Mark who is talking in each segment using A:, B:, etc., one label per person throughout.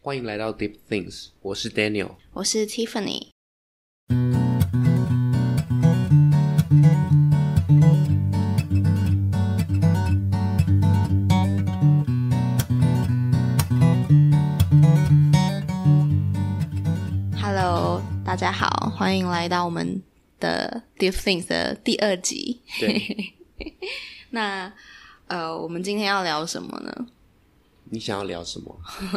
A: 欢迎来到 Deep Things， 我是 Daniel，
B: 我是 Tiffany。 Hello， 大家好，欢迎来到我们的 Deep Things 的第2集。
A: 对
B: 那我们今天要聊什么呢？
A: 你想要聊什么？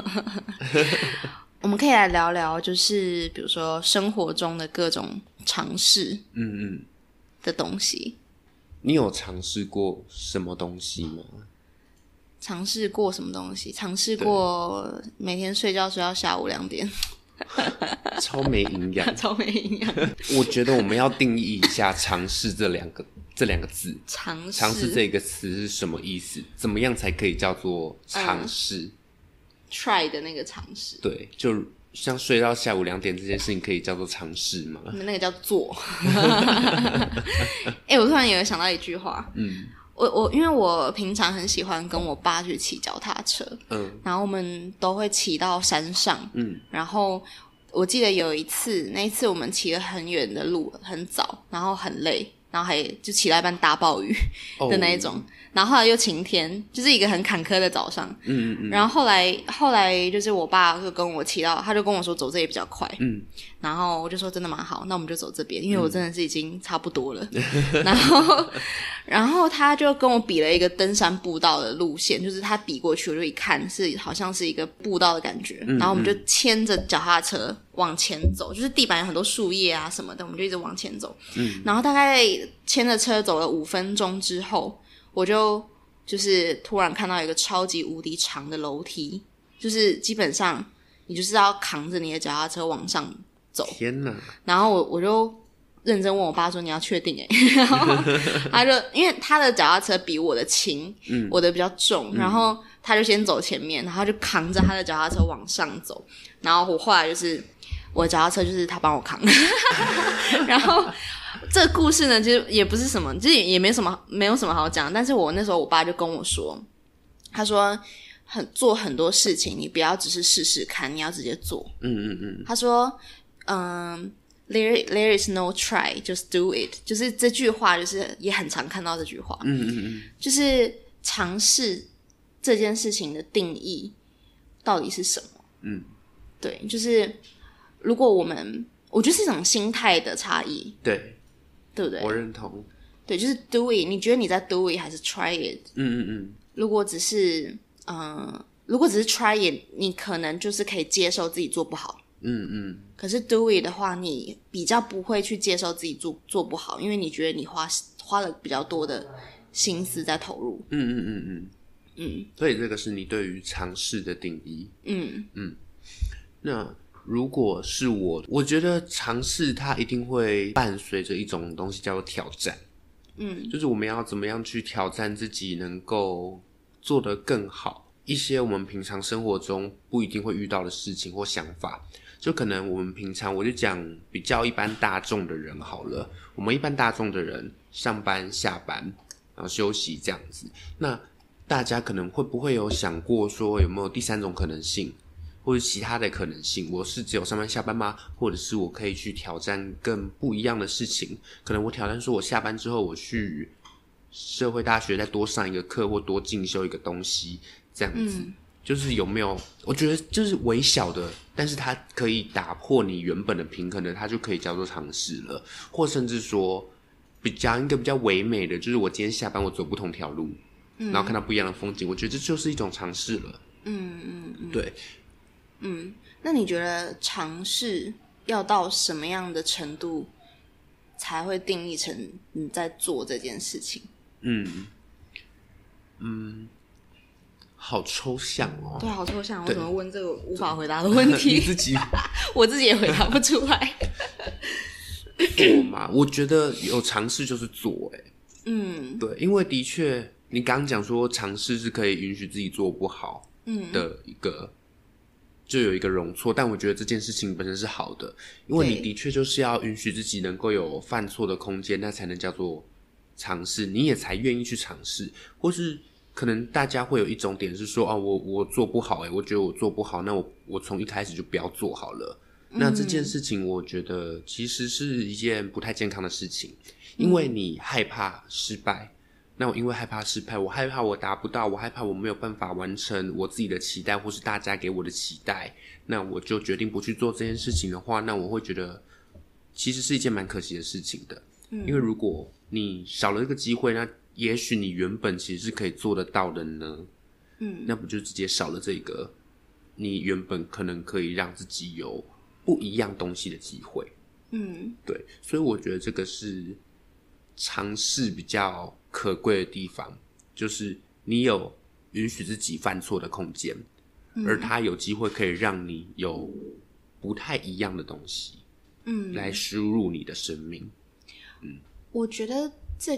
B: 我们可以来聊聊，就是比如说生活中的各种尝试的东西。
A: 你有尝试过什么东西吗？
B: 尝试过什么东西？尝试过每天睡觉睡到下午2点。
A: 超没营养。
B: 超没营养。
A: 我觉得我们要定义一下尝试这两个字。
B: 尝
A: 试这个词是什么意思？怎么样才可以叫做尝试
B: ？try 的那个尝试。对，
A: 就像睡到下午2点这件事情可以叫做尝试吗？
B: 那个叫做。我突然有想到一句话。因为我平常很喜欢跟我爸去骑脚踏车，然后我们都会骑到山上，然后我记得有一次，那一次我们骑了很远的路，很早，然后很累，然后还就骑到一半大暴雨的那一种，然后后来又晴天，就是一个很坎坷的早上。然后后来就是我爸就跟我骑到，他就跟我说走这里比较快，然后我就说真的蛮好，那我们就走这边，因为我真的是已经差不多了。然后他就跟我比了一个登山步道的路线，就是他比过去，我就一看是好像是一个步道的感觉，然后我们就牵着脚踏车往前走，就是地板有很多树叶啊什么的，我们就一直往前走。然后大概牵着车走了5分钟之后，我就是突然看到一个超级无敌长的楼梯，就是基本上你就是要扛着你的脚踏车往上走。
A: 天哪！
B: 然后我就认真问我爸说你要确定然后他就因为他的脚踏车比我的轻，我的比较重，然后他就先走前面，然后就扛着他的脚踏车往上走，然后我后来就是我的脚踏车就是他帮我扛。然后这个故事呢其实也不是什么，就是也没有什么好讲，但是我那时候我爸就跟我说，他说做很多事情你不要只是试试看，你要直接做。他说There is no try, just do it. 就是这句话，就是也很常看到这句话。就是尝试这件事情的定义到底是什么？对，就是如果我觉得是一种心态的差异。对不对？
A: 我认同。
B: 对，就是 do it. 你觉得你在 do it 还是 try it？如果只是 try it， 你可能就是可以接受自己做不好。可是 do it 的话，你比较不会去接受自己做不好，因为你觉得你花了比较多的心思在投入。
A: 所以这个是你对于尝试的定义。那如果是我觉得尝试它一定会伴随着一种东西叫做挑战。就是我们要怎么样去挑战自己能够做得更好，一些我们平常生活中不一定会遇到的事情或想法。就可能我们平常，我就讲比较一般大众的人好了，我们一般大众的人上班下班然后休息这样子，那大家可能会不会有想过说有没有第3种可能性，或者其他的可能性？我是只有上班下班吗？或者是我可以去挑战更不一样的事情？可能我挑战说我下班之后我去社会大学再多上一个课，或多进修一个东西这样子。就是有没有，我觉得就是微小的，但是它可以打破你原本的平衡的，它就可以叫做尝试了。或甚至说一个比较唯美的，就是我今天下班我走不同条路，然后看到不一样的风景，我觉得这就是一种尝试了。对。
B: 那你觉得尝试要到什么样的程度才会定义成你在做这件事情？
A: 好抽象哦。
B: 对，好抽象。我怎么问这个无法回答的问题？
A: 你自己
B: 我自己也回答不出来。
A: 做嘛，我觉得有尝试就是做。对，因为的确你刚刚讲说尝试是可以允许自己做不好的一个，就有一个容错，但我觉得这件事情本身是好的，因为你的确就是要允许自己能够有犯错的空间，那才能叫做尝试，你也才愿意去尝试，或是可能大家会有一种点是说我做不好我觉得我做不好，那我从一开始就不要做好了。那这件事情我觉得其实是一件不太健康的事情，因为你害怕失败，那我因为害怕失败，我害怕我达不到，我害怕我没有办法完成我自己的期待或是大家给我的期待，那我就决定不去做这件事情的话，那我会觉得其实是一件蛮可惜的事情的。因为如果你少了这个机会，那也许你原本其实是可以做得到的呢。那不就直接少了这个你原本可能可以让自己有不一样东西的机会。对，所以我觉得这个是尝试比较可贵的地方，就是你有允许自己犯错的空间，而它有机会可以让你有不太一样的东西来输入你的生命。
B: 我觉得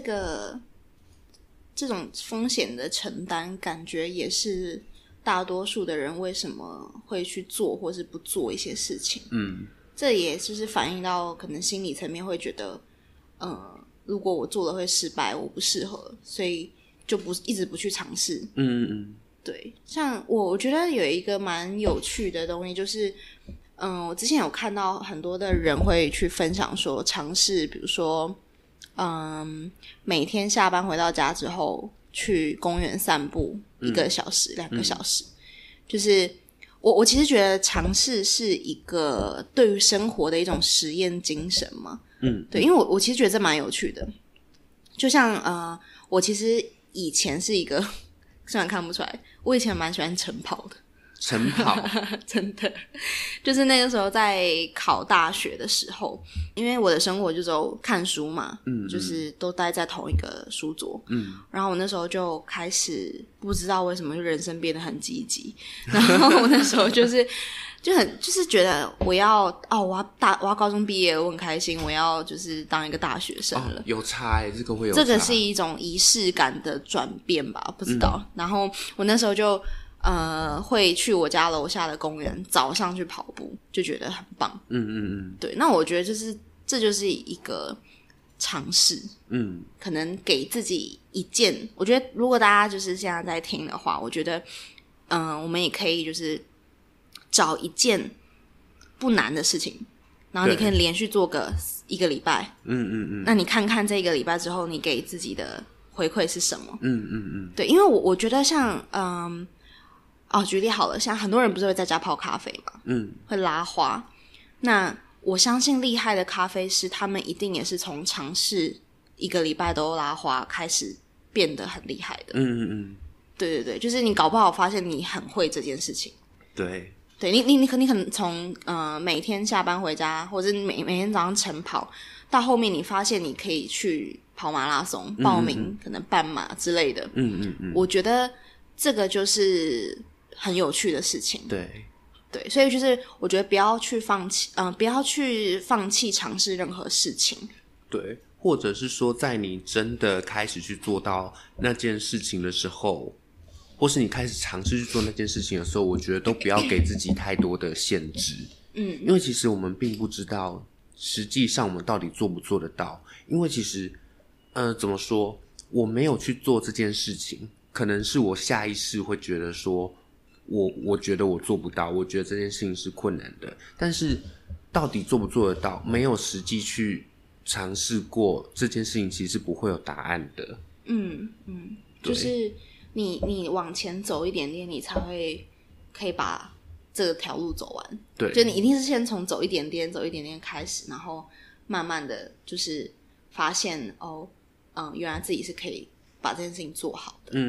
B: 这种风险的承担感觉也是大多数的人为什么会去做或是不做一些事情。这也就是反映到可能心理层面会觉得如果我做了会失败，我不适合，所以就一直不去尝试。对，像我觉得有一个蛮有趣的东西，就是我之前有看到很多的人会去分享说尝试，比如说每天下班回到家之后去公园散步1个小时、2个小时，就是我其实觉得尝试是一个对于生活的一种实验精神嘛。对，因为我其实觉得这蛮有趣的。就像我其实以前是一个虽然看不出来，我以前蛮喜欢晨跑的。
A: 晨跑
B: 真的，就是那个时候在考大学的时候，因为我的生活就只有看书嘛，就是都待在同一个书桌，然后我那时候就开始不知道为什么就人生变得很积极，然后我那时候就是觉得我要高中毕业，我很开心，我要就是当一个大学生了。
A: 有差这个会有差，
B: 这个是一种仪式感的转变吧，不知道。然后我那时候就会去我家楼下的公园早上去跑步，就觉得很棒。对，那我觉得这就是一个尝试。可能给自己一件，我觉得如果大家就是现在在听的话，我觉得我们也可以就是找一件不难的事情，然后你可以连续做个1个礼拜。那你看看这1个礼拜之后你给自己的回馈是什么。对，因为我觉得像举例好了，像很多人不是会在家泡咖啡嘛，会拉花。那我相信厉害的咖啡师，他们一定也是从尝试1个礼拜都拉花开始变得很厉害的。对，就是你搞不好发现你很会这件事情。对，你可能从每天下班回家，或者每天早上晨跑，到后面你发现你可以去跑马拉松，报名可能半马之类的。我觉得这个就是很有趣的事情。对，所以就是我觉得不要去放弃尝试任何事情。
A: 对，或者是说在你真的开始去做到那件事情的时候，或是你开始尝试去做那件事情的时候，我觉得都不要给自己太多的限制。因为其实我们并不知道实际上我们到底做不做得到。因为其实怎么说，我没有去做这件事情，可能是我下意识会觉得说我觉得我做不到，我觉得这件事情是困难的，但是到底做不做得到，没有实际去尝试过，这件事情其实是不会有答案的。就是你往前走一点点，你才会可以把这条路走完。对，就你一定是先从走一点点开始，然后慢慢的就是发现原来自己是可以把这件事情做好的。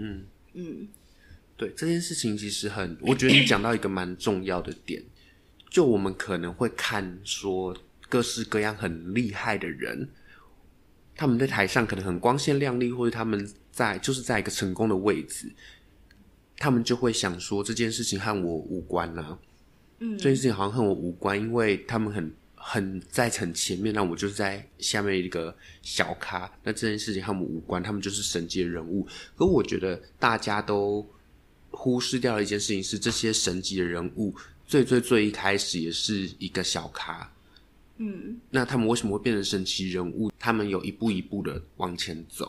A: 对，这件事情其实我觉得你讲到一个蛮重要的点，就我们可能会看说各式各样很厉害的人，他们在台上可能很光鲜亮丽，或者他们就是在一个成功的位置，他们就会想说这件事情和我无关啊。这件事情好像和我无关，因为他们很在很前面，那我就是在下面一个小咖，那这件事情和我们无关，他们就是神级的人物。可我觉得大家都忽视掉了一件事情，是这些神级的人物最一开始也是一个小咖。那他们为什么会变成神级人物？他们有一步一步的往前走。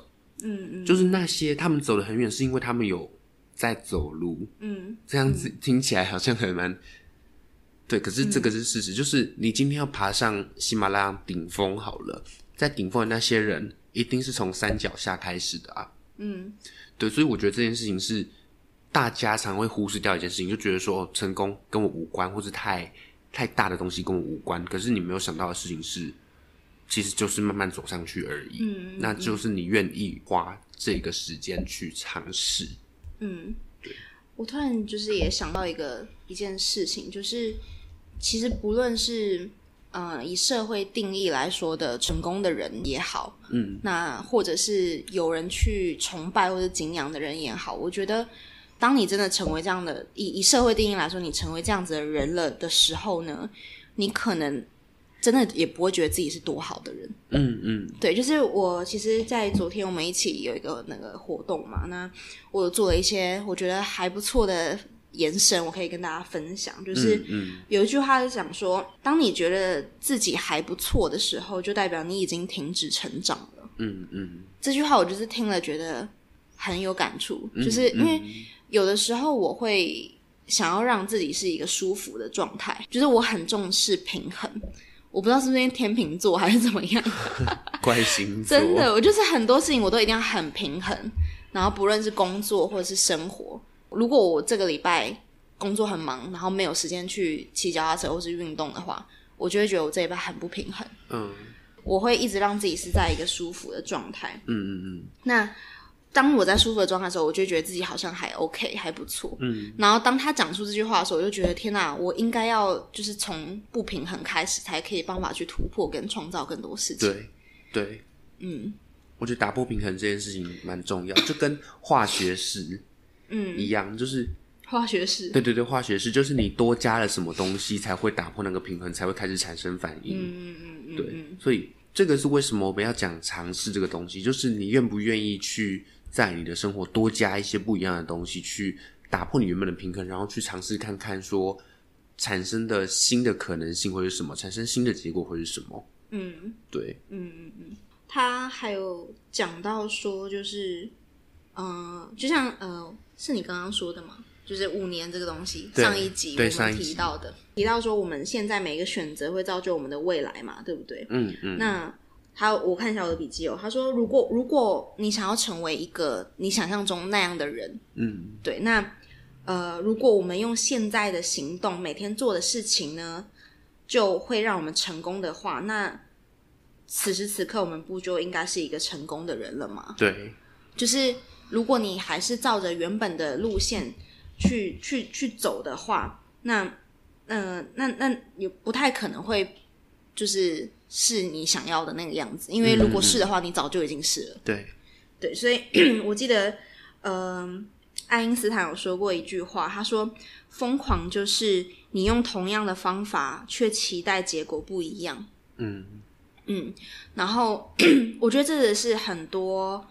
A: 就是那些他们走得很远，是因为他们有在走路。这样子听起来好像很蛮对，可是这个是事实，就是你今天要爬上喜马拉雅顶峰好了，在顶峰的那些人一定是从山脚下开始的啊。对，所以我觉得这件事情是大家常会忽视掉一件事情，就觉得说成功跟我无关，或是太大的东西跟我无关，可是你没有想到的事情是其实就是慢慢走上去而已。那就是你愿意花这个时间去尝试。对，
B: 我突然就是也想到一件事情，就是其实不论是以社会定义来说的成功的人也好，那或者是有人去崇拜或者敬仰的人也好，我觉得当你真的成为这样的以社会定义来说，你成为这样子的人了的时候呢，你可能真的也不会觉得自己是多好的人。对，就是我其实在昨天我们一起有一个那个活动嘛，那我有做了一些我觉得还不错的延伸，我可以跟大家分享。就是有一句话是讲说，当你觉得自己还不错的时候，就代表你已经停止成长了。这句话我就是听了觉得很有感触，就是因为有的时候我会想要让自己是一个舒服的状态，就是我很重视平衡。我不知道是不是因为天秤座还是怎么样
A: 怪星座，
B: 真的，我就是很多事情我都一定要很平衡，然后不论是工作或者是生活，如果我这个礼拜工作很忙，然后没有时间去骑脚踏车或是运动的话，我就会觉得我这一拜很不平衡。我会一直让自己是在一个舒服的状态。那当我在舒服的状态的时候，我就觉得自己好像还 OK 还不错。然后当他讲出这句话的时候，我就觉得天哪，我应该要就是从不平衡开始，才可以办法去突破跟创造更多事情。
A: 对，我觉得打破平衡这件事情蛮重要，就跟化学式一样，就是
B: 化学式。
A: 对，化学式就是你多加了什么东西才会打破那个平衡，才会开始产生反应。对，所以这个是为什么我们要讲尝试这个东西，就是你愿不愿意去在你的生活多加一些不一样的东西，去打破你原本的平衡，然后去尝试看看说产生的新的可能性会是什么，产生新的结果会是什么。对。
B: 他还有讲到说就是就像是你刚刚说的嘛，就是5年这个东西，上一集我们提到的，提到说我们现在每一个选择会造就我们的未来嘛，对不对？那我看一下我的笔记他说如果你想要成为一个你想象中那样的人，对，那如果我们用现在的行动每天做的事情呢，就会让我们成功的话，那此时此刻我们不就应该是一个成功的人了吗？
A: 对，
B: 就是如果你还是照着原本的路线去走的话，那也不太可能会是你想要的那个样子，因为如果是的话，你早就已经是了。对，所以我记得爱因斯坦有说过一句话，他说疯狂就是你用同样的方法却期待结果不一样。然后我觉得这个是很多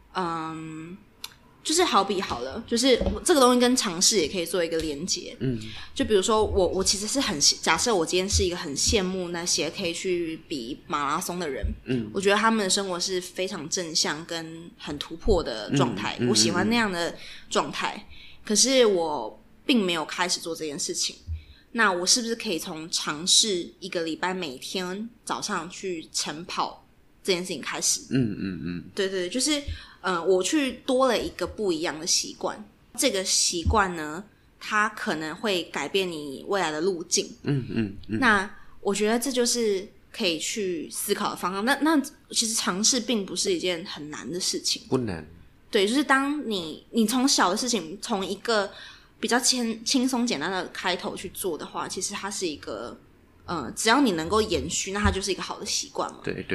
B: 就是好比好了，就是这个东西跟尝试也可以做一个连结。就比如说我其实是假设我今天是一个很羡慕那些可以去比马拉松的人，我觉得他们的生活是非常正向跟很突破的状态，我喜欢那样的状态，可是我并没有开始做这件事情，那我是不是可以从尝试1个礼拜每天早上去晨跑这件事情开始？对，就是我去多了一个不一样的习惯，这个习惯呢，它可能会改变你未来的路径。那我觉得这就是可以去思考的方向。那其实尝试并不是一件很难的事情，
A: 不难。
B: 对，就是当你从小的事情，从一个比较轻松简单的开头去做的话，其实它是一个只要你能够延续，那它就是一个好的习惯嘛。
A: 对，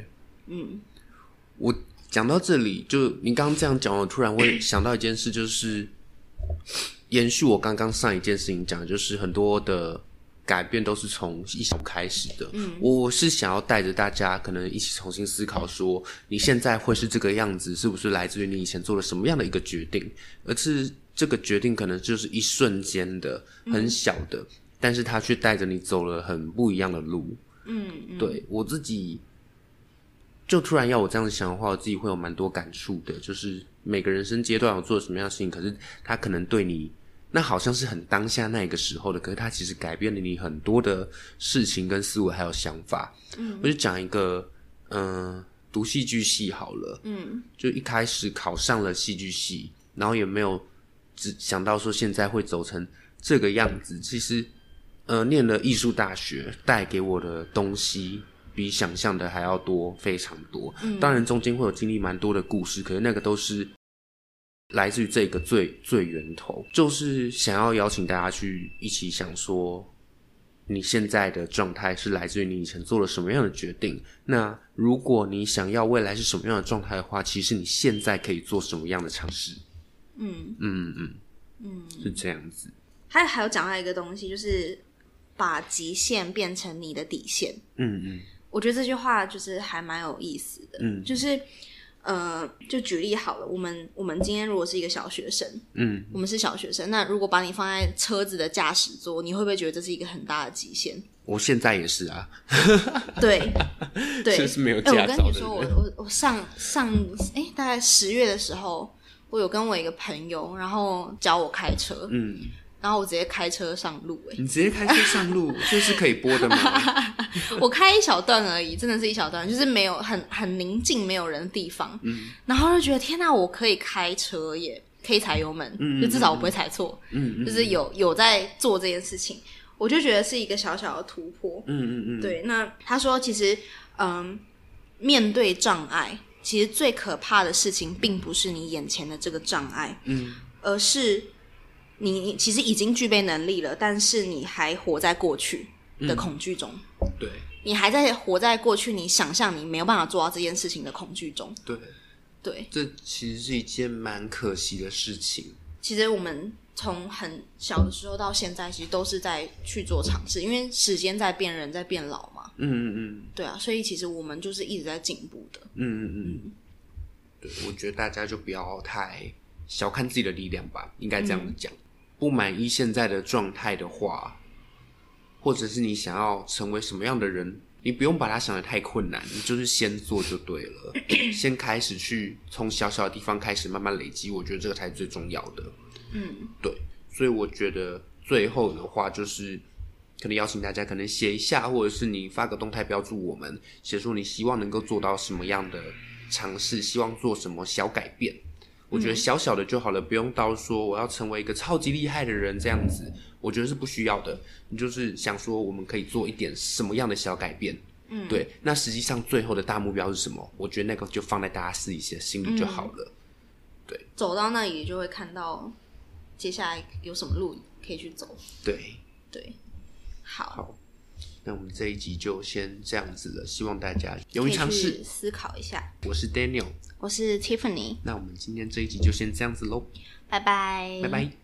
A: 我讲到这里，就你刚刚这样讲，我突然会想到一件事，就是延续我刚刚上一件事情讲的，就是很多的改变都是从一小步开始的。我是想要带着大家可能一起重新思考说，你现在会是这个样子，是不是来自于你以前做了什么样的一个决定，而是这个决定可能就是一瞬间的很小的，但是它却带着你走了很不一样的路。对，我自己就突然要我这样子想的话，我自己会有蛮多感触的，就是每个人生阶段有做什么样的事情，可是他可能对你那好像是很当下那个时候的，可是他其实改变了你很多的事情跟思维还有想法。我就讲一个读戏剧系好了，就一开始考上了戏剧系，然后也没有只想到说现在会走成这个样子。其实念了艺术大学带给我的东西比想象的还要多，非常多。当然中间会有经历蛮多的故事，可是那个都是来自于这个最源头，就是想要邀请大家去一起想说你现在的状态是来自于你以前做了什么样的决定，那如果你想要未来是什么样的状态的话，其实你现在可以做什么样的尝试。是这样子。
B: 还有讲到一个东西，就是把极限变成你的底线。我觉得这句话就是还蛮有意思的。就是就举例好了，我们今天如果是一个小学生，我们是小学生，那如果把你放在车子的驾驶座，你会不会觉得这是一个很大的极限？
A: 我现在也是啊。
B: 对，
A: 是没有驾照的人。
B: 我跟你说，我上大概10月的时候，我有跟我一个朋友，然后教我开车，然后我直接开车上路。
A: 你直接开车上路，这是可以播的吗？
B: 我开一小段而已，真的是一小段，就是没有很宁静没有人的地方，然后就觉得天哪，我可以开车耶，可以踩油门，就至少我不会踩错，就是有在做这件事情，我就觉得是一个小小的突破。对。那他说其实面对障碍，其实最可怕的事情并不是你眼前的这个障碍，而是你其实已经具备能力了，但是你还活在过去的恐惧中。
A: 对，
B: 你还在活在过去，你想象你没有办法做到这件事情的恐惧中。对，
A: 这其实是一件蛮可惜的事情。
B: 其实我们从很小的时候到现在，其实都是在去做尝试，因为时间在变，人在变老嘛。对啊，所以其实我们就是一直在进步的。
A: 对，我觉得大家就不要太小看自己的力量吧，应该这样子讲。不满意现在的状态的话，或者是你想要成为什么样的人，你不用把它想得太困难，你就是先做就对了。先开始去从小小的地方开始慢慢累积，我觉得这个才是最重要的。对，所以我觉得最后的话就是可能邀请大家可能写一下，或者是你发个动态标注我们，写说你希望能够做到什么样的尝试，希望做什么小改变。我觉得小小的就好了，不用到说我要成为一个超级厉害的人这样子，我觉得是不需要的。你就是想说我们可以做一点什么样的小改变，对。那实际上最后的大目标是什么？我觉得那个就放在大家自己的心里就好了。对，
B: 走到那里就会看到接下来有什么路可以去走。
A: 对，
B: 好，
A: 那我们这一集就先这样子了，希望大家勇于尝试，
B: 思考一下。
A: 我是 Daniel，
B: 我是 Tiffany，
A: 那我们今天这一集就先这样子咯，
B: 拜拜，
A: 拜拜。